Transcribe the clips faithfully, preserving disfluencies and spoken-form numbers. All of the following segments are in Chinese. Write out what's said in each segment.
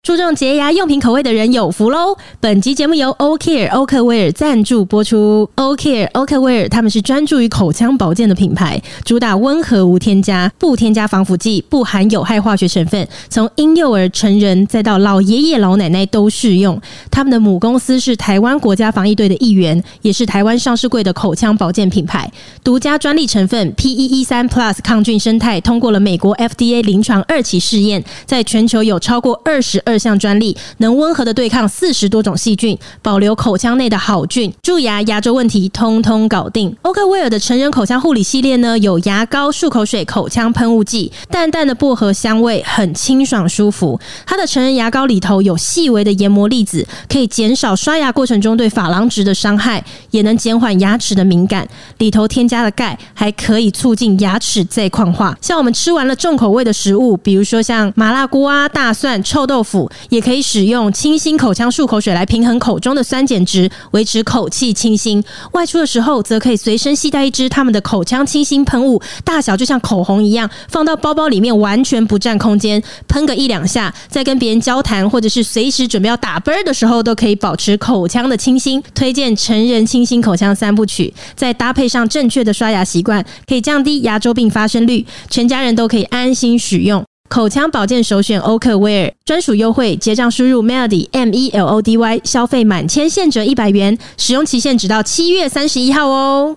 注重洁牙用品口味的人有福喽！本集节目由 Ocare 欧克威尔赞助播出。Ocare 欧克威尔他们是专注于口腔保健的品牌，主打温和无添加，不添加防腐剂，不含有害化学成分，从婴幼儿、成人再到老爷爷老奶奶都适用。他们的母公司是台湾国家防疫队的一员，也是台湾上市柜的口腔保健品牌。独家专利成分 P E E 三 Plus 抗菌生态通过了美国 F D A 临床二期试验，在全球有超过二十二项专利，能温和的对抗四十多种细菌，保留口腔内的好菌，蛀牙、牙周问题通通搞定。欧克威尔的成人口腔护理系列呢，有牙膏、漱口水、口腔喷雾剂，淡淡的薄荷香味，很清爽舒服。它的成人牙膏里头有细微的研磨粒子，可以减少刷牙过程中对珐琅质的伤害，也能减缓牙齿的敏感。里头添加了钙，还可以促进牙齿再矿化。像我们吃完了重口味的食物，比如说像麻辣锅啊、大蒜、臭豆腐，也可以使用清新口腔漱口水来平衡口中的酸碱值，维持口气清新。外出的时候则可以随身携带一支他们的口腔清新喷雾，大小就像口红一样，放到包包里面完全不占空间，喷个一两下，在跟别人交谈或者是随时准备要打啵的时候，都可以保持口腔的清新。推荐成人清新口腔三部曲，再搭配上正确的刷牙习惯，可以降低牙周病发生率，全家人都可以安心使用。口腔保健首选欧克威尔，专属优惠，结账输入 Melody M E L O D Y， 消费满千现折一百元，使用期限直到七月三十一号哦。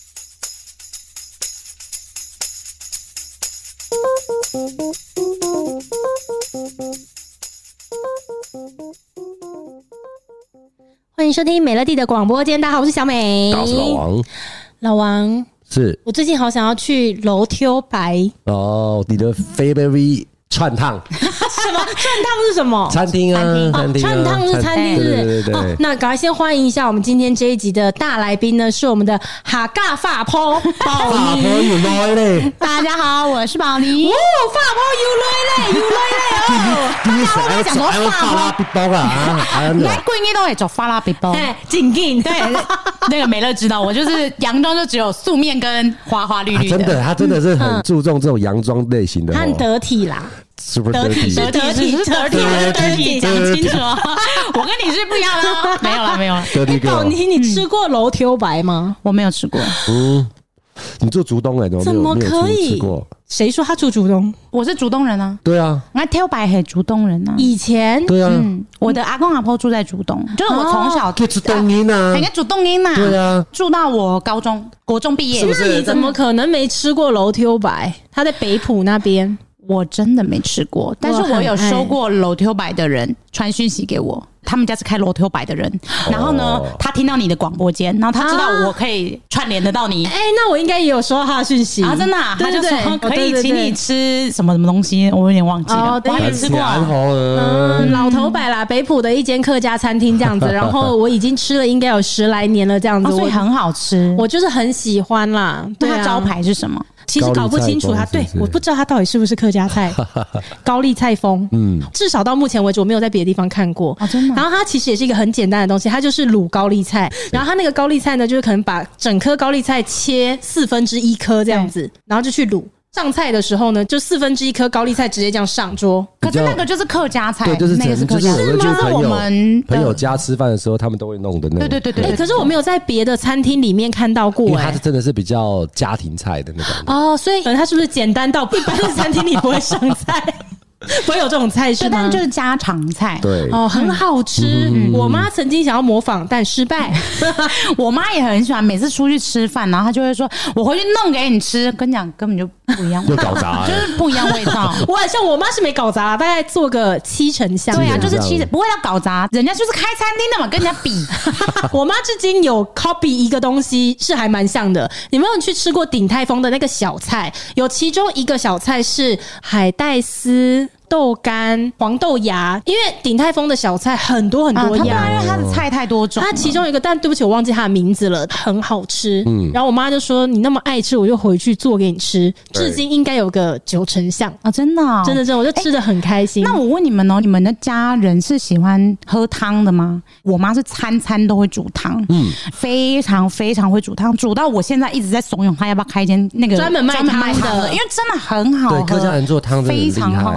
欢迎收听美乐蒂的广播间，大家好，我是小美， 我是老王。 老王， 是我最近好想要去楼挑白哦，你的 favorite 串烫什么？串烫是什么？ 餐厅啊，餐厅、啊哦，串烫是餐厅，是不是？ 对对对对、哦。 那赶快先欢迎一下我们今天这一集的大来宾呢，是我们的哈嘎发婆宝妮。 有来嘞！ 大家好，我是宝妮。 哦，发婆有来嘞，有来嘞哦！ 大家会不会讲说发拉比包啊？ 你还贵应该都会走发拉比包。 哎，紧紧对，那个美乐知道，我就是洋装就只有素面跟花花绿绿的。 真的，他真的是很注重这种洋装类型的， 他很得体啦。 Super 得体，得体，得体，得体， 讲清楚。我跟你是不一样的哦。没有啦，没有啦。 得体哥， 宝妮，你吃过楼挑白吗？ 我没有吃过。 嗯，你住竹东哎， 怎么可以？谁说他住竹东？ 我是竹东人啊。 对啊， 那挑白还竹东人啊。 以前对啊， 嗯，我的阿公阿婆住在竹东，就是我从小可以住东音啊， 应该住东音啊。 对啊， 住到我高中、国中毕业。 是不是？ 那你怎么可能没吃过楼挑白？他在北埔那边。 我真的没吃过，但是我有收过楼挑白的人传讯息给我，他们家是开楼挑白的人，然后呢，哦、他听到你的广播间，然后他知道我可以串联得到你。哎、 啊欸，那我应该也有收到他的讯息啊，真的、啊，他就说可以请你吃什么什么东西，我有点忘记了，哦、我还没吃过、啊。 嗯，老头摆啦，北埔的一间客家餐厅这样子，然后我已经吃了应该有十来年了这样子， 哦、所以很好吃， 我就是很喜欢啦。对啊， 那它招牌是什么？ 其实搞不清楚他，对，我不知道他到底是不是客家菜，高丽菜风，嗯，至少到目前为止我没有在别的地方看过， 哦，真的。 然后它其实也是一个很简单的东西，它就是卤高丽菜，然后它那个高丽菜呢，就是可能把整颗高丽菜切四分之一颗这样子，然后就去卤。上菜的时候呢，就四分之一颗高丽菜直接这样上桌。 可是那个就是客家菜， 对，就是那个是客家菜， 就是我们朋友家吃饭的时候，他们都会弄的那种。 对对对对。 欸、可是我没有在别的餐厅里面看到过、欸， 因为它是真的是比较家庭菜的那种。 哦，所以它是不是简单到一般的餐厅里不会上菜？不会有这种菜是吗？ 但就是家常菜， 对哦，很好吃。嗯、我妈曾经想要模仿，但失败。 我妈也很喜欢，每次出去吃饭，然后她就会说：“我回去弄给你吃。”跟你讲，根本就不一样， 就搞砸了， 就是不一样味道。 我像我妈是没搞砸，大概做个七成像。 对啊，就是七成，不会要搞砸，人家就是开餐厅的嘛，跟人家比。 我妈至今有 copy 一个东西，是还蛮像的。你们有去吃过鼎泰丰的那个小菜？有其中一个小菜是海带丝。豆干、黄豆芽，因为鼎泰丰的小菜很多很多样， 啊、因为它的菜太多种。 它其中一个，但对不起，我忘记它的名字了，很好吃。嗯，然后我妈就说：“你那么爱吃，我就回去做给你吃。”至今应该有个九成像啊，真的、哦， 真的真的，我就吃得很开心、 欸。那我问你们哦，你们的家人是喜欢喝汤的吗？我妈是餐餐都会煮汤，嗯，非常非常会煮汤，煮到我现在一直在怂恿她要不要开一间那个专门卖汤的， 因为真的很好喝， 对，客家人做汤真的很厉害， 非常好喝， 真的。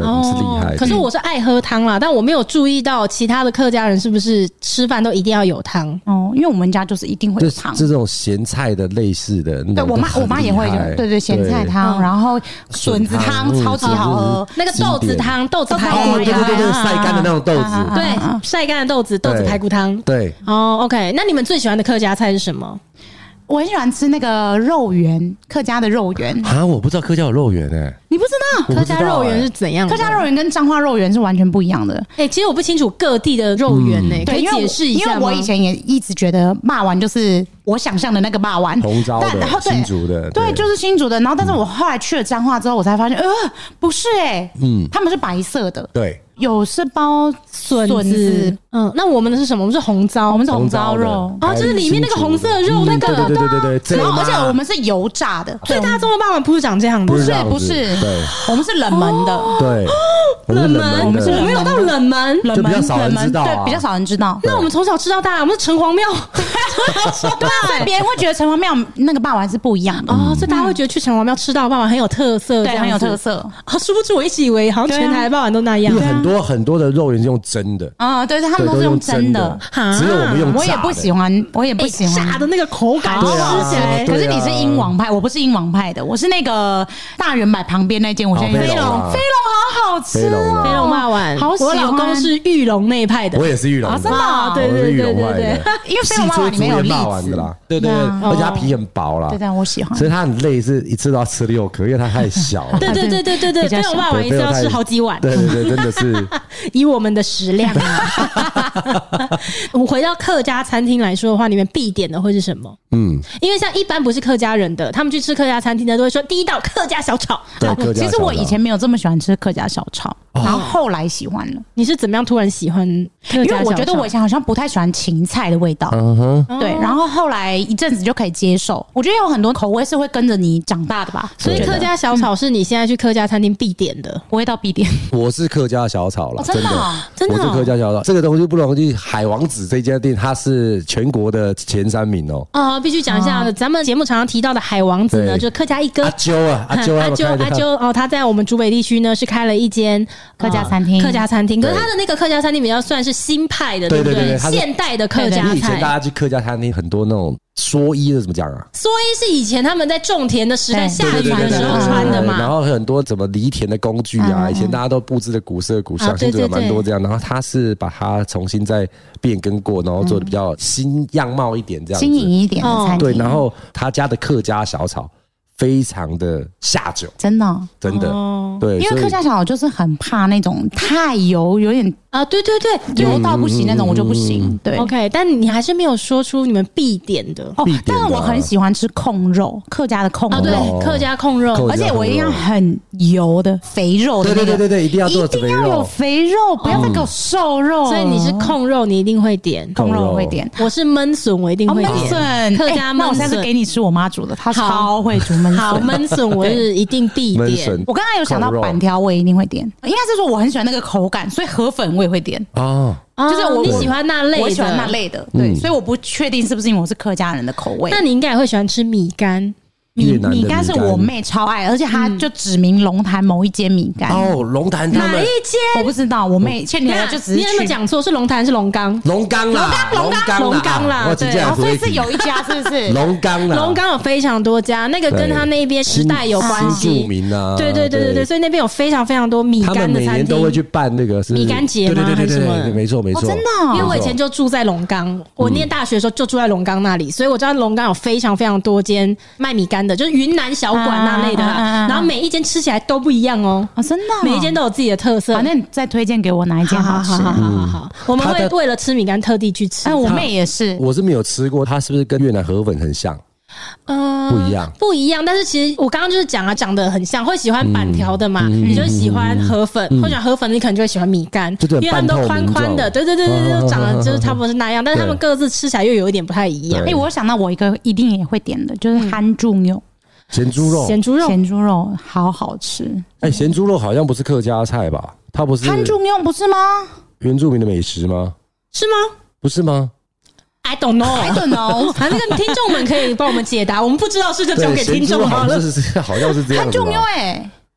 的，你是厉害的。 可是我是爱喝汤啦，但我没有注意到其他的客家人是不是吃饭都一定要有汤哦，因为我们家就是一定会有汤， 这种咸菜的类似的， 对我妈我妈也会有，对对咸菜汤，然后笋子汤超级好喝， 那个豆子汤豆子排骨， 对对对对，晒干的那种豆子， 对，晒干的豆子豆子排骨汤， 对。 哦 ，OK， 那你们最喜欢的客家菜是什么？ 我很喜欢吃那个肉圆，客家的肉圆啊！我不知道客家有肉圆哎、欸， 你不知道客家肉圆是怎样的？ 客家肉圆跟彰化肉圆是完全不一样的。 哎、欸，其实我不清楚各地的肉圆呢、欸，嗯、可以解释一下吗？ 因为我以前也一直觉得肉丸就是我想象的那个肉丸， 红糟的、新竹的， 对，就是新竹的。然后，但是我后来去了彰化之后，我才发现，呃，不是哎、欸，嗯，他们是白色的， 对。 有是包笋子， 嗯，那我们的是什么？我们是红糟， 我们是红糟肉， 哦，就是里面那个红色的肉，那个， 对对对对对。 然后而且我们是油炸的， 所以大众的肉丸不是长这样的， 不是不是， 对， 我们是冷门的， 对， 冷门，我们是没有到冷门， 冷门比较少人知道， 对，比较少人知道。 那我们从小吃到大，我们是城隍庙， 对，所以别人会觉得城隍庙那个肉丸是不一样的哦，所以大家会觉得去城隍庙吃到的肉丸很有特色， 对，很有特色。 啊，殊不知我一直以为好像全台的肉丸都那样， 因为很多很多的肉。是用蒸的啊、哦，对，他们都是用蒸的， 只有我们用炸的。 我也不喜欢，我也不喜欢、 欸、炸的那个口感， 吃起来。 可是你是英王派，我不是英王派的，我是那个大圆柏旁边那间。我现在飞龙， 飞龙好好吃哦， 飞龙肉丸， 好喜欢。 我老公是玉龙那一派的， 我也是玉龙， 啊，真的、哦， 对对对对对， 因为飞龙肉丸里面有栗子的啦，对对，而且它皮很薄啦， 对对，我喜欢。 所以它很累，是一次都要吃六颗，因为它太小了。 对对对对对对，飞龙肉丸一次要吃好几碗。 对对对，真的是以我们的食量。我们回到客家餐厅来说的话，你们必点的会是什么？嗯，因为像一般不是客家人的，他们去吃客家餐厅的都会说第一道客家小炒。 对，客家小炒。 其实我以前没有这么喜欢吃客家小炒，哦、然后后来喜欢了。 你是怎么样突然喜欢客家小炒？ 因为我觉得我以前好像不太喜欢芹菜的味道，嗯哼，对。然后后来一阵子就可以接受。我觉得有很多口味是会跟着你长大的吧。 所以客家小炒是你现在去客家餐厅必点的， 不会到必点。 我是客家小炒了， 哦、真的、哦、 真的、哦， 我是客家小炒。这个东西不容易，海王子这家店它是全国的前三名哦。 啊、呃，必须讲一下，哦、咱们节目常常提到的海王子呢，就是客家一哥阿啾啊，阿啾阿啾阿啾哦，他在我们竹北地区呢是开了一间客家餐厅， 客家餐厅。可是他的那个客家餐厅比较算是新派的，对不对？现代的客家菜。 以前大家去客家餐厅很多那种蓑衣的怎么讲啊？ 蓑衣是以前他们在种田的时代下雨的时候穿的嘛。 然后很多怎么犁田的工具啊，以前大家都布置的古色古香，现在有蛮多这样。然后他是把它重新再变更过，然后做的比较新样貌一点，这样新颖一点的餐厅。 对，然后他家的客家小炒非常的下酒， 真的、哦、 真的、哦、对， 因为客家小炒就是很怕那种太油，有点啊，对对对， 油到不行那种，我就不行。嗯、对 ，OK， 但你还是没有说出你们必点的哦。但是我很喜欢吃控肉，客家的控肉，啊、 对，客家控肉， 而且我一定要很油的肥肉的、那个， 对对对对，一定要做一定要有肥肉，不要再给我瘦肉。 嗯、所以你是控肉，你一定会点控肉，我会点。 我是焖笋，我一定会点焖笋， 客家焖笋。 那我下次给你吃我妈煮的，她超会煮焖笋。 好，焖笋我是一定必点。 我刚刚有想到板条，我也一定会点。应该是说我很喜欢那个口感，所以河粉我也会点。哦。就是我你喜欢那类的， 我喜欢那类的，对，嗯、所以我不确定是不是因为我是客家人的口味。 那你应该也会喜欢吃米干。 米米干是我妹超爱，而且她就指明龙潭某一间米干哦，龙潭哪一间我不知道，我妹前天就只是你有没有讲错？是龙潭是龙岗？ 龙岗啦， 龙岗龙岗啦， 对， 所以是有一家是不是？ 龙岗啦， 龙岗有非常多家，那个跟他那边时代有关系， 著名啊， 对对对对对，所以那边有非常非常多米干的餐厅， 他们每年都会去办那个米干节吗？ 对对对对对，没错没错， 真的， 因为我以前就住在龙岗，我念大学的时候就住在龙岗那里，所以我知道龙岗有非常非常多间卖米干的，就是云南小馆那类的，然后每一间吃起来都不一样哦， 真的， 每一间都有自己的特色。 反正再推荐给我哪一间好吃？ 好好好好，我们会为了吃米干特地去吃。 哎，我妹也是， 我是没有吃过，它是不是跟越南河粉很像？嗯，不一样， 不一样。但是其实我刚刚就是讲啊，长得很像，会喜欢板条的嘛，你就喜欢河粉，或者河粉，你可能就会喜欢米干，因为他们都宽宽的，对对对对，都长得就是差不多是那样，但是他们各自吃起来又有一点不太一样。 哎，我想到我一个一定也会点的，就是憨猪牛。 咸猪肉， 咸猪肉， 咸猪肉好好吃。 哎、欸，咸猪肉好像不是客家菜吧？它不是憨猪牛不是吗？ 原住民的美食吗？ 是吗？ 不是吗 ？I don't know, I don't know。 反正那个听众们可以帮我们解答，我们不知道是就交给听众好了。 是是，好像是这样。 憨猪牛哎，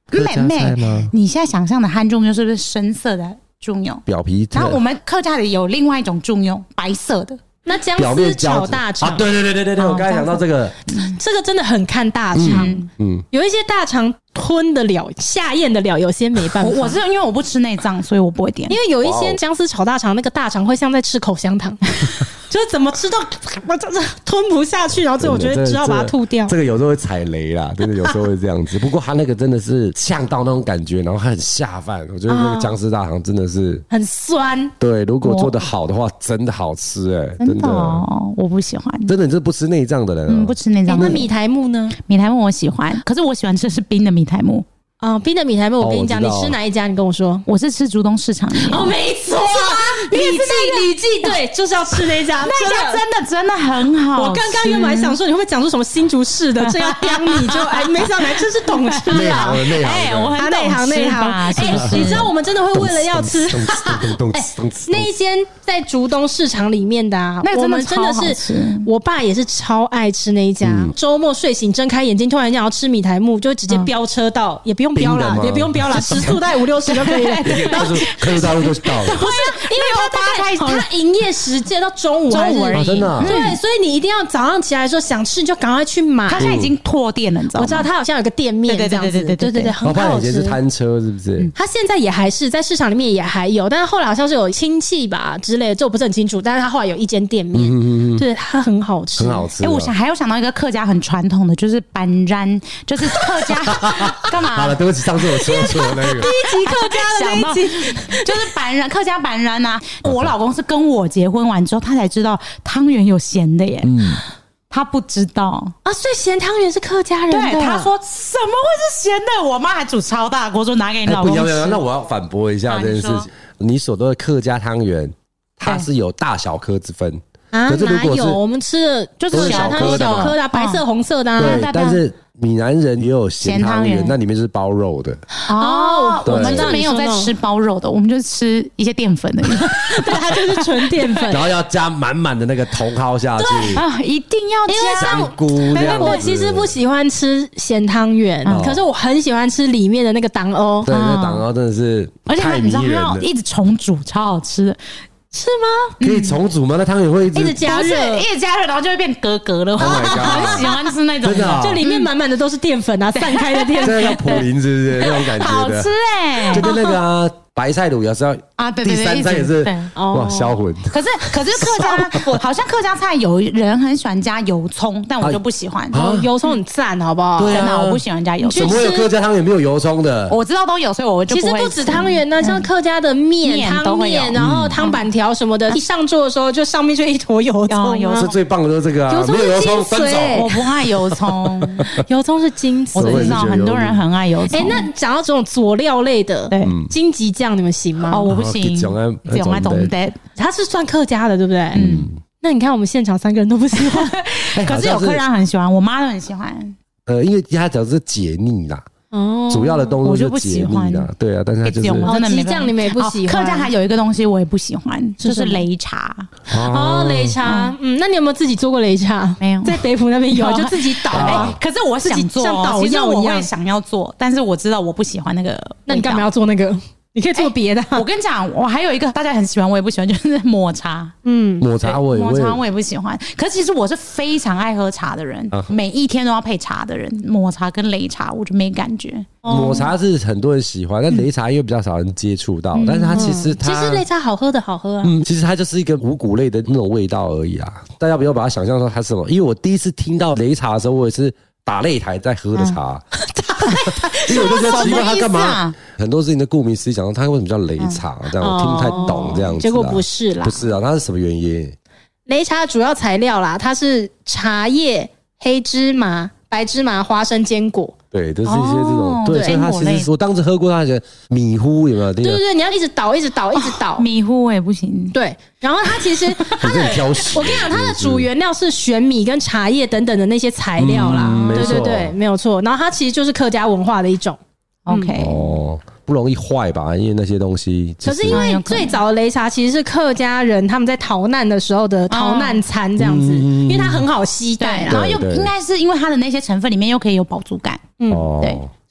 妹妹，你现在想象的憨猪牛是不是深色的猪牛表皮？ 然后我们客家里有另外一种猪牛，白色的。 那姜丝炒大肠、 啊，对对对对对对，我刚才讲到这个， 这个真的很看大肠，嗯，嗯有一些大肠吞得了、下咽得了，有些没办法。 我, 我是因为我不吃内脏，所以我不会点。 因为有一些姜丝炒大肠，那个大肠会像在吃口香糖，就是怎么吃都我这这吞不下去，然后最后我觉得只好把它吐掉。 这个有时候会踩雷啦，真的有时候会这样子。不过他那个真的是呛到那种感觉，然后很下饭。我觉得那个姜丝大肠真的是很酸。 对，如果做得好的话，真的好吃哎、欸，真的。 哦，我不喜欢。 真的，你是不吃内脏的人、喔？ 嗯，不吃内脏、欸。 那米苔目呢？ 米苔目我喜欢，可是我喜欢吃的是冰的米苔目。 啊、哦，冰的米苔目，我跟你讲、哦，你吃哪一家？你跟我说。 我是吃竹东市场里面。 哦，没错，李记，李记，对，就是要吃那一家， 那家真的真的很好。 我刚刚原本还想说，你会不会讲出什么新竹市的，这样刁你就哎，没想来真是懂吃啊！ 内行， 哎，我很内行内行。哎，你知道我们真的会为了要吃，哎，那一间在竹东市场里面的啊， 那我们真的是，我爸也是超爱吃那一家。周末睡醒睁开眼睛，突然想要吃米苔目，就直接飙车到，也不用飙啦，也不用飙啦，时速大概五六十就可以了。 然后科技大陆就到了， 不是因为他大概他营业时间到中午还是中午而已， 真的对，所以你一定要早上起来的时候想吃，你就赶快去买。 他现在已经拓店了，你知道吗？ 我知道他好像有个店面， 对对对对对对对对， 很好吃。 以前是摊车，是不是？ 他现在也还是在市场里面也还有，但是后来好像是有亲戚吧之类的，这我不是很清楚。但是他后来有一间店面，对，它很好吃， 很好吃。 哎，我想还有想到一个客家很传统的，就是板染，就是客家干嘛？ 好了，对不起，上次我说错那个。 第一集客家的那一集就是板染，客家板染啊。我老公是跟我结婚完之后，他才知道汤圆有咸的耶。嗯。他不知道啊，所以咸汤圆是客家人的。 对，他说怎么会是咸的？我妈还煮超大锅，说拿给你老公吃。 欸、不要，那我要反驳一下这件事情。啊、你所说的客家汤圆，它是有大小颗之分。 啊，可是如果是哪有？我们吃的就是小颗的、小颗的、白色、红色的、啊。 对，但是闽南人也有咸汤圆，那里面就是包肉的。 哦，我们这没有在吃包肉的，我们就吃一些淀粉的。 对，它就是纯淀粉， 然后要加满满的那个茼蒿下去啊，一定要加香菇。 我其实不喜欢吃咸汤圆，嗯、可是我很喜欢吃里面的那个党欧。 对，那党欧真的是太迷人了， 一直重煮，超好吃的。 是吗？ 可以重煮吗？那汤圆会一直一直加热， 一直加热，然后就会变格格的。 Oh my god！ 很喜欢吃那种， 真的、哦， 就里面满满的都是淀粉啊，散开的淀粉。 这叫普林，是不是那种感觉的？ 好吃哎、 欸，就跟那个、啊、白菜卤有时候啊，对对对， 第三餐也是哇销魂。 可是可是客家，好像客家菜有人很喜欢加油葱，但我就不喜欢。 啊、油葱很赞，好不好？ 对啊，真的我不喜欢加油葱。 怎么会有客家汤圆没有油葱的？ 我知道都有，所以我就不会。 其实不止汤圆呢，像客家的面、汤面，然后汤板条什么的，一上桌的时候就上面就一坨油葱。 油是最棒的就是这个啊， 油葱是精髓。 我不爱油葱， 油葱是精髓。 我知道很多人很爱油葱。 哎，那讲到这种佐料类的，对，荆棘酱你们行吗？ 哦，我不行，这种爱懂的。 它是算客家的，对不对？嗯。那你看我们现场三个人都不喜欢， 可是有客人很喜欢，我妈都很喜欢。 呃，因为它主要是解腻啦。哦，主要的东西是解腻的，对啊，但是它就是真的没酱，你们也不喜欢。 客家还有一个东西我也不喜欢，就是擂茶。 哦，擂茶，嗯，那你有没有自己做过擂茶？ 没有， 在北埔那边有，就自己捣啊。 可是我想做，其实我会想要做，但是我知道我不喜欢那个。 那你干嘛要做那个？你可以做别的、啊欸。我跟你讲，我还有一个大家很喜欢，我也不喜欢，就是抹茶。 嗯，抹茶我也抹茶我也不喜欢。可是其实我是非常爱喝茶的人，啊、每一天都要配茶的人。抹茶跟擂茶我就没感觉。 抹茶是很多人喜欢，但擂茶因为比较少人接触到，嗯、但是它其实它其实擂茶好喝的好喝啊。 嗯，其实它就是一个五谷类的那种味道而已啊。大家不要把它想象说它是什么，因为我第一次听到擂茶的时候，我也是打擂台在喝的茶。嗯因为我就觉得奇怪，他干嘛？啊、很多事情的顾名思义，想说他为什么叫擂茶？这样我听不太懂这样子、啊。 结果不是啦， 不是啊，它是什么原因？ 擂茶的主要材料啦，它是茶叶、黑芝麻、白芝麻、花生、坚果。 对，都是一些这种、哦、对，所以它其实我当时喝过，它的米糊有没有？对对对，你要一直倒，一直倒，一直倒， 哦、米糊我也不行。 对，然后它其实它的我跟你讲，它的主原料是玄米跟茶叶等等的那些材料啦。嗯、对对对，没有错。然后它其实就是客家文化的一种。 OK，、 嗯、哦，不容易坏吧？因为那些东西。 可是因为最早的擂茶其实是客家人他们在逃难的时候的逃难餐这样子，嗯、因为它很好携带， 然后又应该是因为它的那些成分里面又可以有饱足感。嗯，对。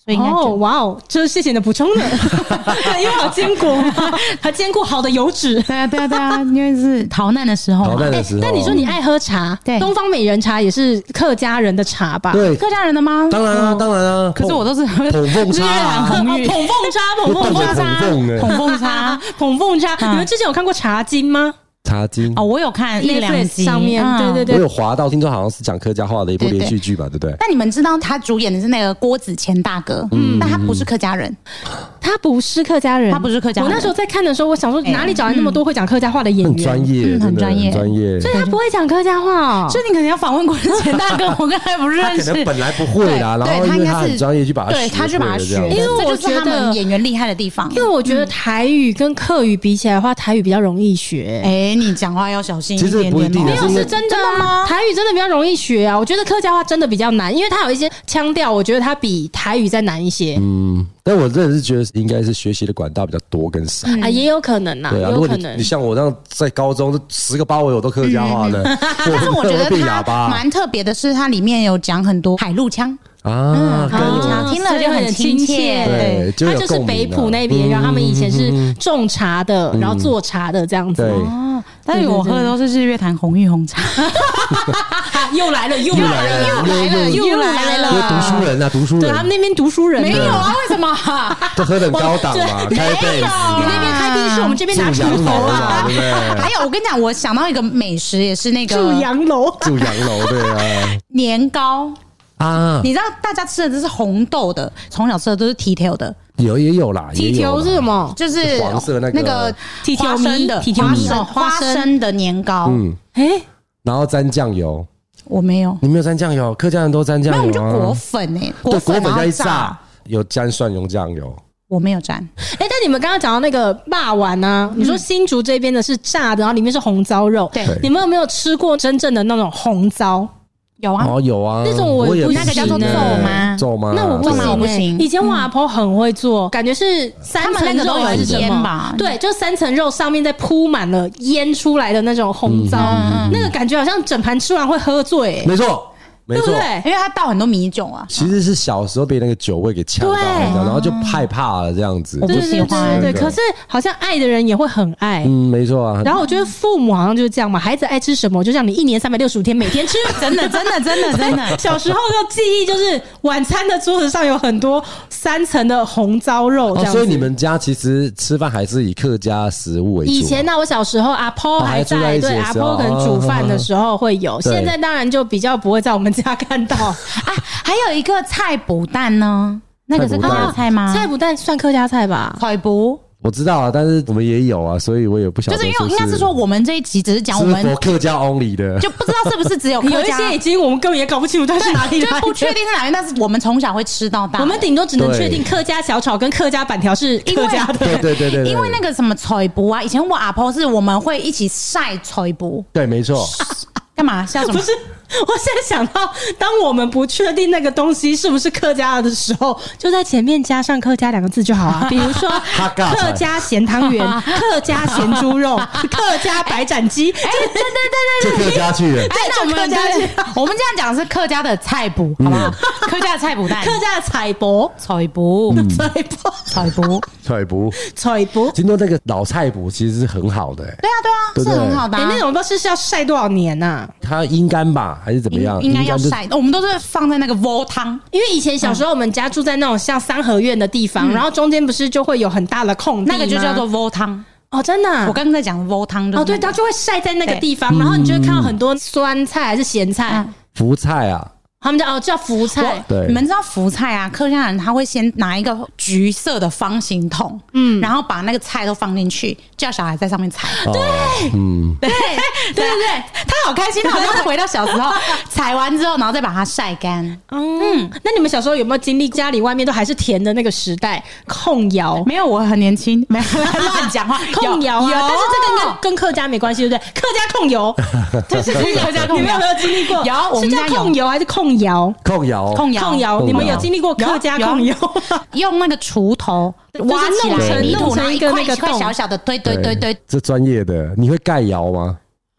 哦，哇哦，这是谢谢你的补充的，因为好坚果嘛，还兼顾好的油脂。 对啊，对啊，对啊，因为是逃难的时候， 逃难的时候。 但你说你爱喝茶， 对， 东方美人茶也是客家人的茶吧？ 对， 客家人的吗？ 当然啊，当然啊。 可是我都是捧凤茶啊， 捧凤茶，捧凤茶， 捧凤茶， 捧凤茶。你们之前有看过《茶经》吗？ 茶经哦，我有看一两集上面，对对对， 我有滑到，听说好像是讲客家话的一部连续剧吧，对不对？ 但你们知道他主演的是那个郭子乾大哥，嗯，但他不是客家人， 他不是客家人， 他不是客家人。 我那时候在看的时候，我想说哪里找来那么多会讲客家话的演员？ 很专业， 很专业， 专业。 所以他不会讲客家话哦， 所以你可能要访问郭子乾大哥，我跟他不认识。 他可能本来不会啦，然后因为他很专业去把他对，他去把他学， 因为我觉得演员厉害的地方。 因为我觉得台语跟客语比起来的话，台语比较容易学。 哎，你讲话要小心一点点。 其实不一定， 没有是真的吗？台语真的比较容易学啊，我觉得客家话真的比较难，因为它有一些腔调，我觉得它比台语再难一些。嗯， 但我真的是觉得应该是学习的管道比较多跟少啊，也有可能呐， 对啊，如果你你像我这样在高中十个八尾我都客家话的， 但是我觉得它蛮特别的是，它里面有讲很多海陆腔。 啊， 听了就很亲切。 对， 他就是北埔那边，然后他们以前是种茶的，然后做茶的这样子。 哦，但是我喝的都是日月潭红玉红茶。 又来了，又来了， 又来了，又来了！ 读书人啊，读书人， 对他们那边读书人没有啊？为什么？ 都喝很高档嘛，开杯。 你那边开冰室，我们这边拿锄头啊， 对不对？ 还有，我跟你讲，我想到一个美食，也是那个住洋楼， 住洋楼，对啊， 年糕。 啊， 你知道大家吃的都是红豆的，从小吃的都是蹄条的， 有也有啦。 蹄条是什么？ 就是黄色那个那个蹄条米的花生花生的年糕。嗯， 哎， 然后沾酱油。 我没有， 你没有沾酱油，客家人都沾酱油啊。 那我们就果粉哎， 果粉加一炸，有沾蒜蓉酱油。 我没有沾。 哎，但你们刚刚讲到那个霸丸啊，你说新竹这边的是炸的，然后里面是红糟肉。 对， 你们有没有吃过真正的那种红糟？ 有啊， 哦有啊， 那种我也不那个叫做皱吗？ 皱吗？ 那我不行， 我不行。 以前我阿婆很会做，感觉是三层肉还是什么吧？ 对，就三层肉上面再铺满了腌出来的那种红糟，那个感觉好像整盘吃完会喝醉。 没错。没错， 因为他倒很多米酒啊。 其实是小时候被那个酒味给呛到，然后就害怕了这样子。 我不喜欢， 对，可是好像爱的人也会很爱。 嗯，没错啊。 然后我觉得父母好像就是这样嘛，孩子爱吃什么，就像你一年三百六十五天每天吃， 真的，真的，真的，真的。 小时候的记忆就是晚餐的桌子上有很多三层的红糟肉这样子。 所以你们家其实吃饭还是以客家食物为主。 以前呢，我小时候阿婆还在，对阿婆可能煮饭的时候会有，现在当然就比较不会在我们家看到。 啊，还有一个菜脯蛋呢，那个是客家菜吗？ 菜脯蛋算客家菜吧？ 菜脯我知道啊，但是我们也有啊，所以我也不晓得。 就是因为应该是说，我们这一集只是讲我们客家 only 的， 就不知道是不是只有客家。 有一些已经我们根本也搞不清楚它是哪里来的， 就不确定是哪里，但是我们从小会吃到大。 我们顶多只能确定客家小炒跟客家板条是客家的。 对对对对， 因为那个什么菜脯啊，以前我阿婆是我们会一起晒菜脯。 对，没错。 干嘛笑什么？ 不是，我现在想到，当我们不确定那个东西是不是客家的时候，就在前面加上客家两个字就好啊。比如说客家咸汤圆、客家咸猪肉、客家白斩鸡。哎，对对对对，就客家去了。 哎，那我们客家，我们这样讲是客家的菜脯，好不好？客家的菜脯蛋， 客家的菜脯， 菜脯， 菜脯， 菜脯， 菜脯， 菜脯。 听说那个老菜脯其实是很好的。 对啊，对啊，是很好的。 哎，那种不知道是要晒多少年呐？ 它阴干吧，还是怎么样？ 应该要晒。我们都是放在那个煲汤， 因为以前小时候我们家住在那种像三合院的地方，然后中间不是就会有很大的空地， 那个就叫做煲汤。 哦，真的、啊， 我刚刚在讲煲汤、那個， 哦，对，它就会晒在那个地方，然后你就会看到很多酸菜还是咸菜、 福菜啊。 他们叫哦叫福菜， 对， 你们知道福菜啊？客家人他会先拿一个橘色的方形桶，嗯，然后把那个菜都放进去，叫小孩在上面采。 对， 嗯， 对，对对对， 他好开心，他好像回到小时候，采完之后，然后再把它晒干。 嗯，那你们小时候有没有经历家里外面都还是甜的那个时代？控窑没有，我很年轻，没有乱讲话。 控窑啊，但是这个跟跟客家没关系，对不对？客家控油， 这是客家控油， 你们有没有经历过？ 有，我们是叫控油还是控窑？ 控窑， 控窑， 控窑，你们有经历过客家控油？ 用那个锄头挖起来， 弄成一个那个一块小小的，对对对对， 这专业的，你会盖窑吗？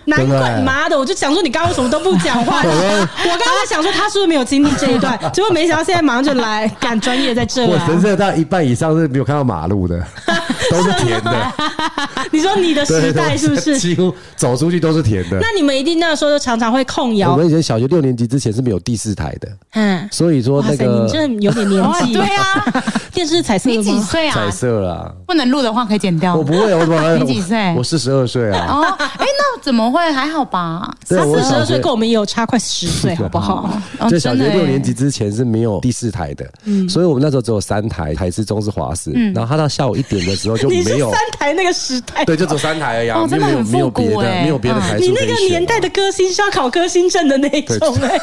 难怪妈的，我就想说你刚刚为什么都不讲话？我刚刚在想说他是不是没有经历这一段，结果没想到现在马上就来，干专业在这、啊。 我人生大概一半以上是没有看到马路的，都是田的。 你说你的时代是不是几乎走出去都是田的？ 那你们一定那时候就常常会控摇。 我们以前小学六年级之前是没有第四台的，嗯，所以说那个你真的有点年纪。 对啊， 电视彩色的吗？ 你几岁啊？ 彩色啦， 不能录的话可以剪掉。 我不会，我怎么？ 你几岁？ 我四十二岁啊。 哦，哎、欸，那怎么会？还好吧？ 他四十二岁跟我们也有差快十岁，好不好？ 就小学六年级之前是没有第四台的，嗯，所以我们那时候只有三台，台视、中视、华视，嗯，然后他到下午一点的时候就没有。 你是三台那个时代， 对，就只有三台而已、啊， 哦、 没有没有别的，没有别的台数可以选、啊。 你那个年代的歌星是要考歌星证的那一种哎、欸，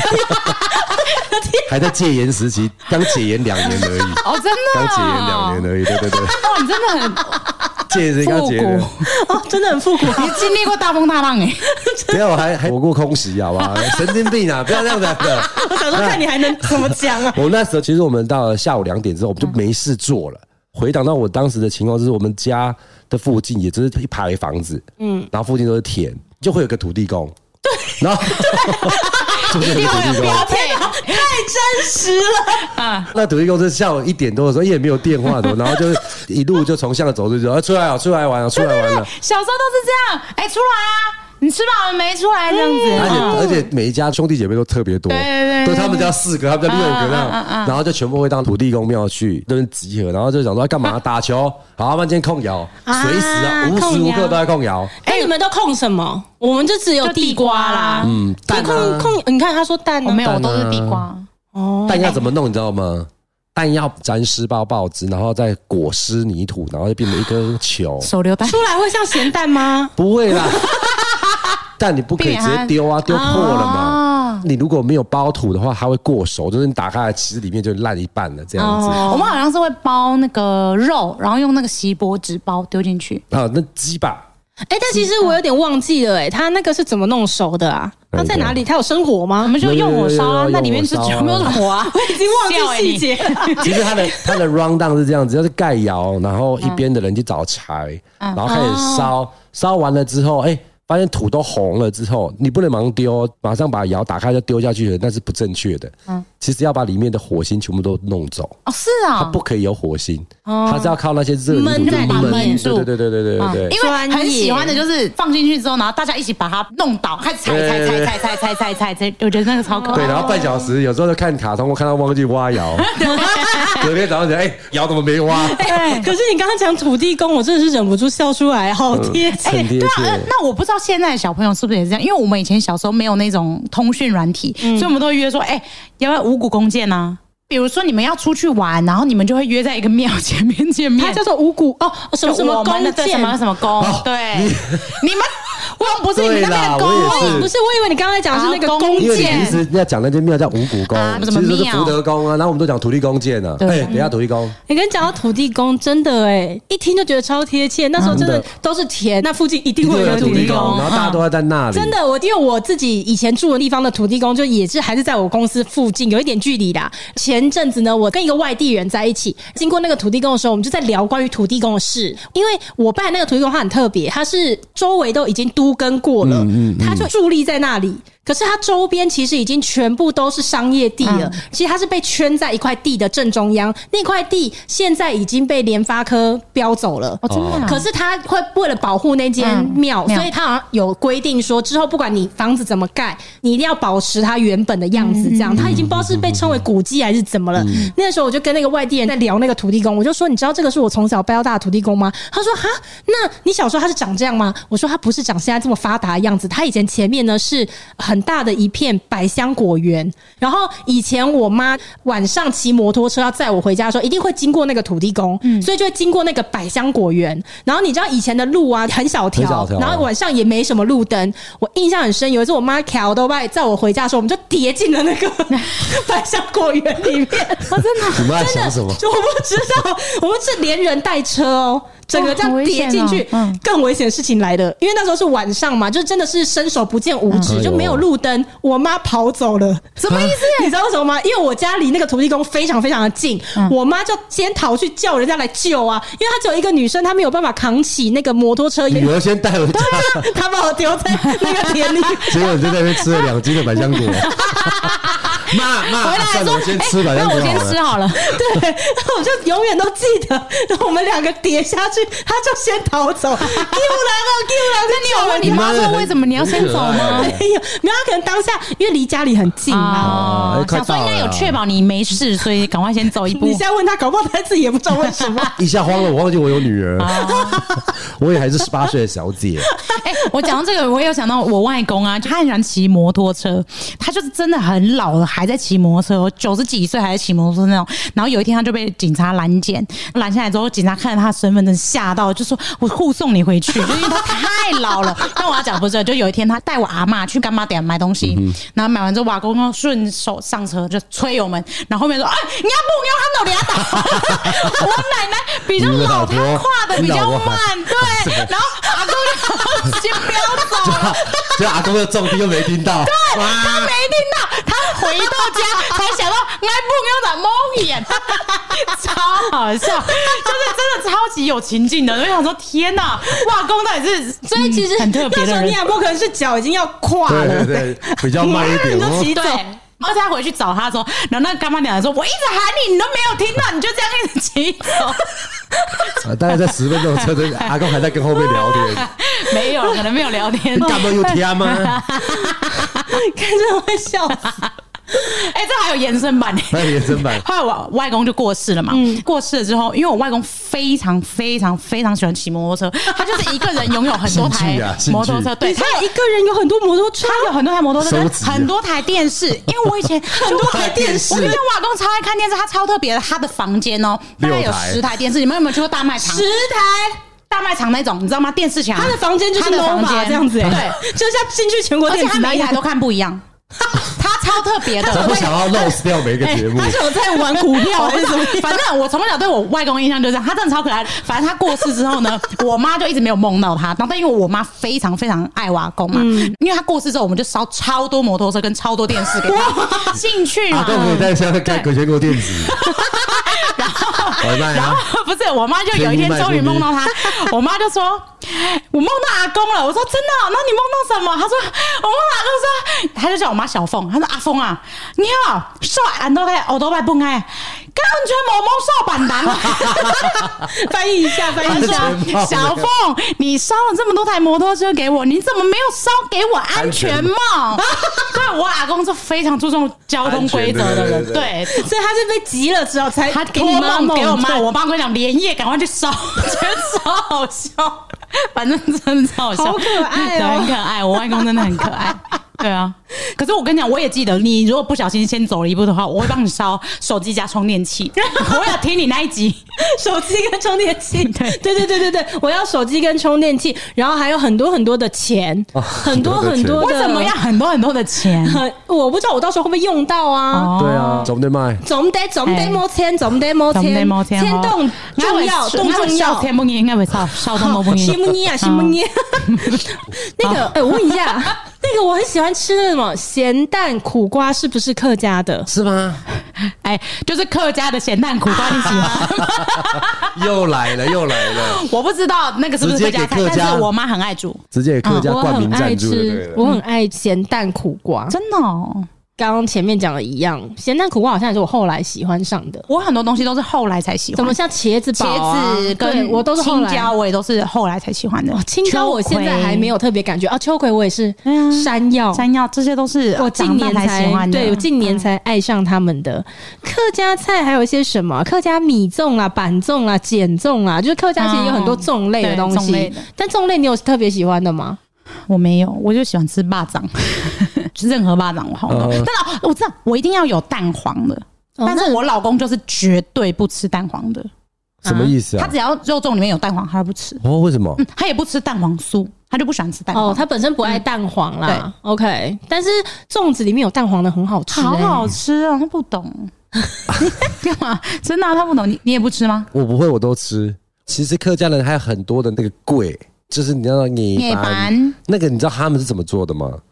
还在戒严时期，刚戒严两年而已。 哦，真的、 啊，刚戒严两年而已，对对对。 哇，你真的很戒严刚戒的， 哦，真的很复古。 你经历过大风大浪哎、欸， 不要，我还还活过空袭，好不好？神经病啊！不要这样子的。 我想说，看你还能怎么讲啊？ 我那时候其实我们到了下午两点之后，我们就没事做了。回想到我当时的情况，就是我们家的附近也只是一排房子，嗯，然后附近都是田，就会有个土地公，对，然后一定会有标配， 太真实了啊！那土地公是下午一点多的时候，也没有电话的，然后就一路就从巷走出去，说出来啊，出来玩啊，出来玩了。 小时候都是这样，哎、欸，出来啊！你吃饱了没？出来这样子， 而且、嗯、而且每一家兄弟姐妹都特别多， 对对对， 对，他们家四个，他们家六个那样、啊啊啊啊，然后就全部会到土地公庙去，都是集合，然后就想说干嘛？打球，好，他们今天控摇，随时啊，无时无刻都在控摇。 哎、欸，你们都控什么？我们就只有地瓜啦， 嗯，蛋控控，你看他说蛋、啊， 我没有，我都是地瓜。 哦，蛋要怎么弄？你知道吗？蛋要沾湿包报纸，然后再裹湿泥土，然后就变成一颗球。 手榴弹出来会像咸蛋吗？ 不会啦。但你不可以直接丢啊，丢破了嘛、啊。你如果没有包土的话，它会过熟，就是你打开来，其实里面就烂一半了这样子。 哦、我们好像是会包那个肉，然后用那个锡箔纸包丢进去。 啊，那鸡吧。 哎、欸，但其实我有点忘记了、欸，哎，它那个是怎么弄熟的啊？它在哪里？它有生火吗？ 我们就用火烧啊，那里面是有没有什么火啊？ 我已经忘记细节。 其实它的它的 round down 是这样子，就是盖窑，然后一边的人去找柴，嗯、然后开始烧，烧、哦、完了之后，哎、欸。发现土都红了之后，你不能马上丢，马上把窑打开就丢下去了，那是不正确的。嗯，其实要把里面的火星全部都弄走。 哦，是啊， 它不可以有火星，哦、它是要靠那些热泥土在里面住。对对对对对对对。 因为很喜欢的就是放进去之后，然后大家一起把它弄倒，开始踩踩踩踩踩踩踩踩踩，我觉得那个超可爱。 对，然后半小时，有时候就看卡通，我看到忘记挖窑，隔天早上起来，哎，窑怎么没挖？ 哎，可是你刚刚讲土地公，我真的是忍不住笑出来，好贴切。 很贴切。 对啊，那我不知道现在的小朋友是不是也是这样？因为我们以前小时候没有那种通讯软体，嗯、所以我们都会约说，哎、欸，要不要五谷弓箭啊？比如说你们要出去玩，然后你们就会约在一个庙前面见面， 它叫做五谷哦，什么什么弓箭， 什么什么弓、哦，对，你, 你们。我不是你那边的弓， 不是，我以为你刚才讲的是那个弓箭。 因为你其实要讲那间庙叫五谷宫，啊、其实都是福德宫啊，然后我们都讲土地公箭啊。哎、欸，等一下土地公， 你跟讲到土地公，真的哎、欸，一听就觉得超贴切。那时候真的都是田，那附近一定会有土地公， 然后大家都会在那里。 真的，我因为我自己以前住的地方的土地公，就也是还是在我公司附近，有一点距离啦。前阵子呢，我跟一个外地人在一起，经过那个土地公的时候，我们就在聊关于土地公的事。因为我拜那个土地公，他很特别，他是周围都已经都更过了。嗯嗯嗯，他就伫立在那里，可是它周边其实已经全部都是商业地了。嗯、其实它是被圈在一块地的正中央，那块地现在已经被联发科标走了。 哦，真的、啊。 可是他会为了保护那间庙、嗯，所以他好像有规定说，之后不管你房子怎么盖，你一定要保持它原本的样子。这样，他、嗯、已经不知道是被称为古迹还是怎么了。嗯、那个时候我就跟那个外地人在聊那个土地公，我就说：“你知道这个是我从小拜到大的土地公吗？”他说：“哈，那你小时候他是长这样吗？”我说：“他不是长现在这么发达的样子。”他以前前面呢是很大的一片百香果园，然后以前我妈晚上骑摩托车要载我回家的时候，一定会经过那个土地公，嗯、所以就会经过那个百香果园。然后你知道以前的路啊很小条，然后晚上也没什么路灯。我印象很深，有一次我妈开都拜载我回家的时候，我们就跌进了那个百香果园里面。 我、哦、真的， 你们在想什么？ 我不知道，我们是连人带车哦。整个这样跌进去，更危险的事情来了。因为那时候是晚上嘛，就真的是伸手不见五指，就没有路灯，我妈跑走了。 什么意思？ 你知道为什么吗？因为我家离那个土地公非常非常的近，嗯、我妈就先逃去叫人家来救啊，因为她只有一个女生，她没有办法扛起那个摩托车。 女儿先带回家， 她把我丢在那个田里， 结果你在那边吃了两斤的百香果。妈妈， 回来说， 我先吃百香果， 我先吃好了。 对，我就永远都记得，我们两个跌下去，她就先逃走。救人了，救人！ 那你有问你妈说为什么你要先走吗？ 没有，没有，她可能当下因为离家里很近嘛， 哦、想说应该有确保你没事，所以赶快先走一步。 你现在问她，搞不好她自己也不知道为什么。 一下慌了，我忘记我有女儿，我也还是十八岁的小姐。 哎、欸，我讲到这个，我也有想到我外公啊，他很喜欢骑摩托车，他就是真的很老了还在骑摩托车，九十几岁还在骑摩托车那种。然后有一天他就被警察拦检，拦下来之后，警察看到他的身份证吓到，就说我护送你回去，就因为他太老了。但我要讲不是，就有一天他带我阿嬷去干妈店买东西，嗯、然后买完之后，我阿公就顺手上车就催油门，然后后面说：“哎，你要不要喊到你打？”我奶奶比较老，她跨的比较慢，对，然后阿公就先不要走， 就阿公的重听又没听到， 对，他没听到，他回到家才想到，哎，不要打猫眼，超好笑，就是真的超级有情境的，我想说天哪，外公到底是， 所以其实很特别的人， 你阿公可能是脚已经要跨了， 对对对，比较慢一点， 就骑走。 而且他回去找他说，然后那个干妈娘说：“我一直喊你，你都没有听到，你就这样一直骑走。 啊”大概在十分钟车程，阿公还在跟后面聊天， 没有，可能没有聊天。 干嘛有天吗？ 看着会笑死。 哎、欸，这还有延伸版呢、欸， 还有延伸版。 后来我外公就过世了嘛，嗯、过世了之后，因为我外公非常非常非常喜欢骑摩托车，他就是一个人拥有很多台摩托车，对， 他一个人有很多摩托车， 他有很多台摩托车，很多台电视。因为我以前很多台电视， 我跟我外公超爱看电视，他超特别的，他的房间哦、喔，大概有十台电视。你们有没有去过大卖场？ 十台。 大卖场那种，你知道吗？电视墙， 他的房间就是 Nova 这样子、欸，对，就像进去全国电视， 而且他每一台都看不一样。他超特别的， 他不想要 lose 掉每一个节目、 欸。他是有在玩股票还是什么？ 反正我从小对我外公印象就是这样，他真的超可爱。反正他过世之后呢，我妈就一直没有梦到他。然后，但因为我妈非常非常爱我阿公嘛，嗯、因为他过世之后，我们就烧超多摩托车跟超多电视给他兴趣嘛。 阿公可以在家开全国电子。 然后，然后不是我妈就有一天终于梦到他，我妈就说：“我梦到阿公了。”我说：“真的、喔？那你梦到什么？”他说：“我梦到阿公说，他就叫我妈小凤，他说阿凤啊，你好，说俺都在，我都在不开，刚全某某少板男。” 翻译一下，翻译一下， 小凤，你烧了这么多台摩托车给我，你怎么没有烧给我安全帽？对，我阿公是非常注重交通规则的人，对, 对, 对, 对， 所以他是被急了之后才他给你妈给我妈，我妈跟我讲连夜赶快去烧，觉得超好笑，反正真的超好笑， 好可爱哦， 很可爱，我外公真的很可爱。对啊，可是我跟你讲，我也记得，你如果不小心先走了一步的话，我会帮你烧手机加充电器。我要听你那一集， 手机跟充电器。对对对对对对，我要手机跟充电器，然后还有很多很多的钱，哦、很多很多的。 为什么要很多很多的钱？ 我不知道我到时候会不会用到啊？ 哦、对啊，总得卖， 总得总得摸钱，总得摸钱，钱动重要，动重要。 天不应该会烧，烧动都不应该。 西木尼啊，西木尼。那个，哎，我问一下。那个我很喜欢吃的什么咸蛋苦瓜，是不是客家的？ 是吗？ 哎，就是客家的咸蛋苦瓜，你喜欢吗？ 又来了，又来了！ 我不知道那个是不是客家菜，但是我妈很爱煮， 直接给客家冠名赞助。 我很爱咸蛋苦瓜， 真的哦。 刚刚前面讲的一样，咸蛋苦瓜好像也是我后来喜欢上的。 我很多东西都是后来才喜欢， 怎么像茄子、 啊、茄子跟我都是青椒，我也都是后来才喜欢的。 哦、青椒我现在还没有特别感觉啊，秋葵我也是，山药、 山药这些都是我近年才喜欢的，对我近年才爱上他们的。客家菜还有一些什么？客家米粽啦、板粽啦、碱粽啦，就是客家其实有很多粽类的东西。嗯、但粽类你有特别喜欢的吗？ 我没有，我就喜欢吃肉粽，任何肉粽我好多。呃、但是我知道我一定要有蛋黄的，哦、但是我老公就是绝对不吃蛋黄的。 什么意思啊？ 他只要肉粽里面有蛋黄，他都不吃。 哦，为什么？ 嗯、他也不吃蛋黄酥，他就不喜欢吃蛋黄。 哦，他本身不爱蛋黄啦。嗯、对 ，OK。但是粽子里面有蛋黄的很好吃、欸， 好好吃啊！他不懂干嘛？真的、啊，他不懂。你你也不吃吗？ 我不会，我都吃。其实客家人还有很多的那个粿。就是你知道捏板那个，你知道他们是怎么做的吗？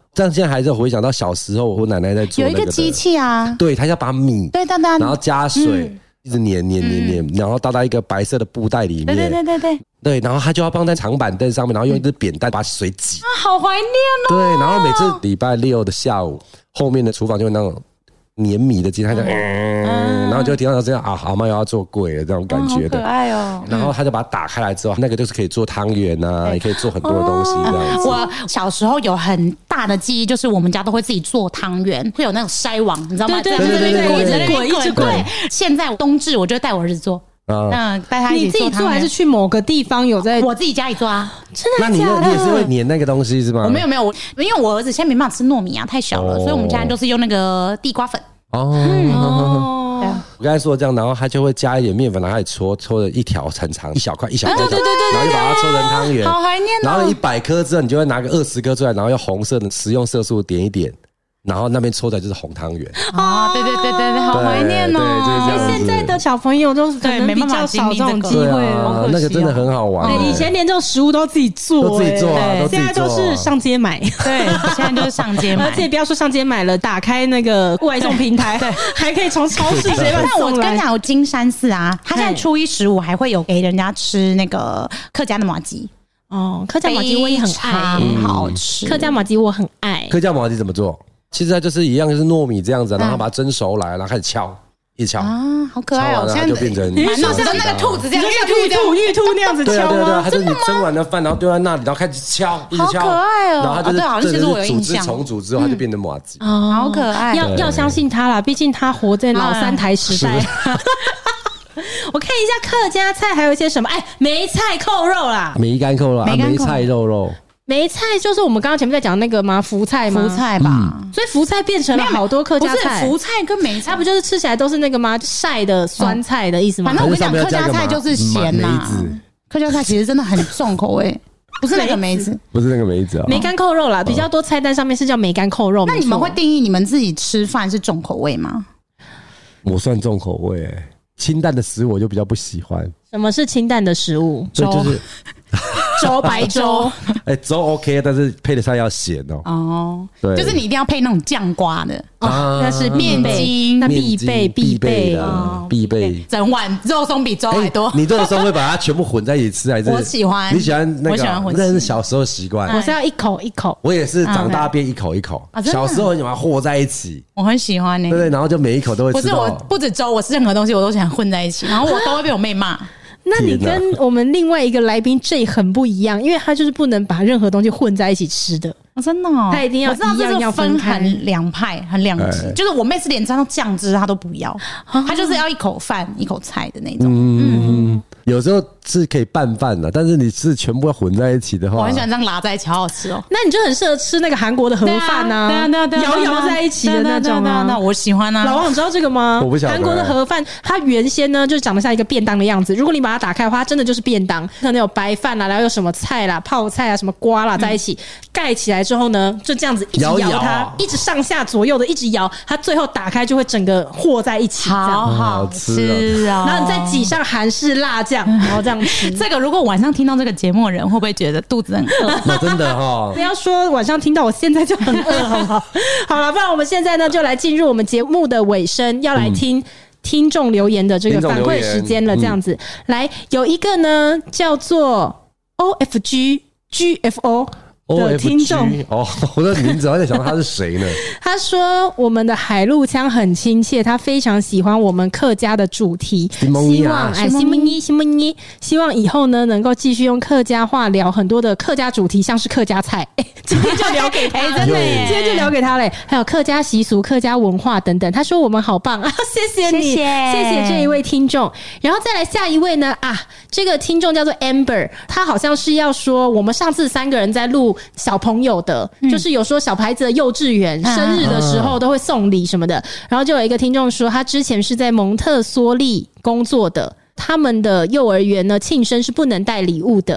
但现在还是回想到小时候，我奶奶在做、那个、 有一个机器啊， 对，她要把米， 对对对， 然后加水。嗯一直碾碾碾碾，然后倒到一个白色的布袋里面。 对对对对对， 对，然后他就要放在长板凳上面，然后用一支扁担把水挤。 啊，好怀念哦。 对，然后每次礼拜六的下午，后面的厨房就有那种碾米的机，他就嗯，然后就听到这样啊，阿嬷又要做粿了这种感觉的， 好可爱哦。 然后他就把它打开来之后，那个就是可以做汤圆啊，也可以做很多的东西这样子。 我小时候有很大的记忆，就是我们家都会自己做汤圆，会有那种筛网，你知道吗？ 对对对对对，一直滚一直滚。 现在冬至我就带我儿子做。嗯，带他一起做。 你自己做还是去某个地方有在？ 我自己家里做啊。 真的假的？ 那你你也是会粘那个东西是吗？ 我没有没有，我因为我儿子现在没办法吃糯米啊，太小了，所以我们家都是用那个地瓜粉。 哦。哦。我刚才说这样，然后他就会加一点面粉，然后还搓搓了一条很长，一小块一小块，对对对对，然后就把它搓成汤圆， 好怀念哦。 然后一百颗之后，你就会拿个二十颗出来，然后用红色的食用色素点一点。然后那边抽的就是红汤圆啊，对对对对对，好怀念哦！ 对，就是现在的小朋友都可能比较少这种机会了， 那个真的很好玩。 以前连这种食物都自己做， 都自己做啊， 现在都是上街买。 对，现在就是上街买， 而且不要说上街买了，打开那个外送平台，对，还可以从超市直接送来。 但我跟你讲，有金山寺啊，他现在初一十五还会有给人家吃那个客家的麻糬。 哦，客家麻糬我也很爱， 很好吃。 客家麻糬我很爱。 客家麻糬怎么做？其实它就是一样，就是糯米这样子，然后把它蒸熟来，然后开始敲，一敲啊，好可爱哦！ 现在就变成， 你说像那个兔子这样， 玉兔玉兔那样子敲吗？ 对啊对啊，它是你蒸完的饭，然后丢在那里，然后开始敲，一直敲， 好可爱哦！ 然后它就是对，好像其实我有印象， 重组之后它就变成麻糬， 哦，好可爱。 要要相信他啦，毕竟他活在老三台时代。我看一下客家菜还有一些什么，哎，梅菜扣肉啦， 梅干扣肉，梅菜肉肉。 梅菜就是我们刚刚前面在讲的那个吗？福菜吗？ 福菜吧， 嗯、所以福菜变成了好多客家菜。 不是福菜跟梅菜， 它不就是吃起来都是那个吗？晒的酸菜的意思吗？ 反正我跟你讲，客家菜就是咸呐、啊。客家菜其实真的很重口味，不是那个梅子， 不是那个梅子啊、哦， 梅干扣肉啦。比较多菜单上面是叫梅干扣肉。 那你们会定义你们自己吃饭是重口味吗？ 我算重口味、欸，清淡的食物我就比较不喜欢。 什么是清淡的食物？ 粥。就是粥白粥， 哎、欸，粥 OK， 但是配的菜要咸哦。 哦，对，就是你一定要配那种酱瓜的， 哦，那是面筋，那必备必备的，必备。 整碗肉松比粥还多。 欸、你肉松会把它全部混在一起吃，还是？ 我喜欢， 你喜欢那个？ 我喜欢混。 那是小时候习惯， 我是要一口一口。 我也是长大变一口一口，啊、小时候你把它和在一起， 我很喜欢那、欸、 对对，然后就每一口都会吃到。 不是我不止粥，我是任何东西我都想混在一起，然后我都会被我妹骂。 那你跟我们另外一个来宾 J 很不一样，因为他就是不能把任何东西混在一起吃的。 哦、真的哦， 他一定要一样要分开， 很两派，很两极。欸、就是我妹是连沾到酱汁她都不要，她、啊、就是要一口饭一口菜的那种。嗯， 嗯有时候是可以拌饭的，但是你是全部要混在一起的话， 我很喜欢这样拉在一起，好好吃哦。 那你就很适合吃那个韩国的盒饭啊， 对啊对啊对啊， 摇摇在一起的那种啊。 那我喜欢啊。 老王，你知道这个吗？ 我不晓得。 韩国的盒饭，它原先呢就长得像一个便当的样子。如果你把它打开的话，它真的就是便当，可能有白饭啦，然后有什么菜啦、泡菜啊、什么瓜啦在一起，盖、嗯、起来之后呢，就这样子一直摇它，摇摇一直上下左右的一直摇，它最后打开就会整个和在一起， 好好吃啊！ 然后你再挤上韩式辣酱，然后这样吃。 这个如果晚上听到这个节目的人，会不会觉得肚子很饿？ 那真的哈， 不要说晚上听到，我现在就很饿，好不好？好了，不然我们现在呢，就来进入我们节目的尾声，要来听听众留言的这个反馈时间了。这样子，嗯、来有一个呢叫做 O F G G F O。的听众哦，我的名字我在想他是谁呢？ 他说我们的海陆腔很亲切，他非常喜欢我们客家的主题，希望哎，西蒙尼西蒙尼，希望以后呢能够继续用客家话聊很多的客家主题，像是客家菜，哎，今天就聊给他，哎，真的耶，今天就聊给他嘞，还有客家习俗、客家文化等等。他说我们好棒啊，谢谢你，谢谢谢谢这一位听众。然后再来下一位呢啊，这个听众叫做 Amber， 他好像是要说我们上次三个人在录小朋友的、嗯、就是有说小孩子的幼稚园、嗯、生日的时候都会送礼什么的、嗯、然后就有一个听众说他之前是在蒙特梭利工作的，他们的幼儿园呢庆生是不能带礼物的，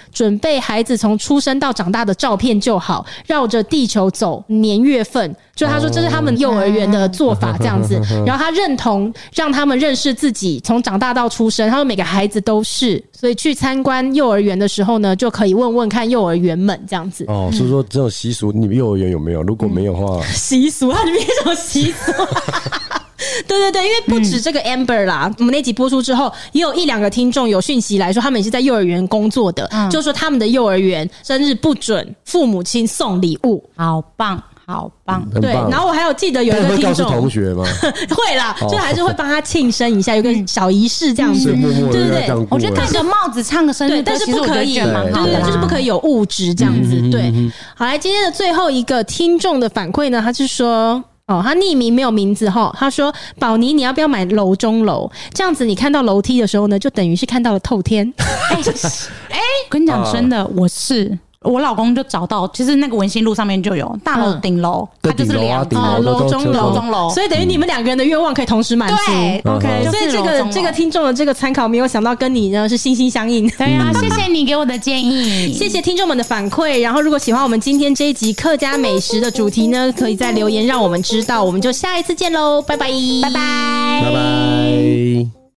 准备孩子从出生到长大的照片就好，绕着地球走年月份，就他说这是他们幼儿园的做法这样子。然后他认同让他们认识自己从长大到出生，他说每个孩子都是，所以去参观幼儿园的时候呢，就可以问问看幼儿园们这样子。 哦，所以说这种习俗你们幼儿园有没有？如果没有的话， 习俗它里面有什么习俗？对对对，因为不止这个 Amber 啦、嗯、我们那集播出之后也有一两个听众有讯息来说他们也是在幼儿园工作的、嗯、就说他们的幼儿园生日不准父母亲送礼物。 好棒好棒， 对，然后我还有记得有一个听众会告诉同学吗？ 会啦，就还是会帮他庆生一下，有个小仪式这样子， 默默对对对， 我觉得戴个帽子唱个生日歌， 但是不可以， 对对对，就是不可以有物质这样子。嗯、对，好，来今天的最后一个听众的反馈呢，他是说。哦，他匿名没有名字齁，他说宝妮你要不要买楼中楼，这样子你看到楼梯的时候呢就等于是看到了透天。哎、欸欸， 跟你讲真的、啊、我是我老公就找到，其实那个文心路上面就有大楼顶楼，它就是两楼楼中楼中楼， 所以等于你们两个人的愿望可以同时满足。 对 ，OK， 所以这个这个听众的这个参考，没有想到跟你呢是心心相印。 对啊，谢谢你给我的建议， 谢谢听众们的反馈。然后如果喜欢我们今天这一集客家美食的主题呢，可以在留言让我们知道，我们就下一次见喽，拜拜， 拜拜， 拜拜。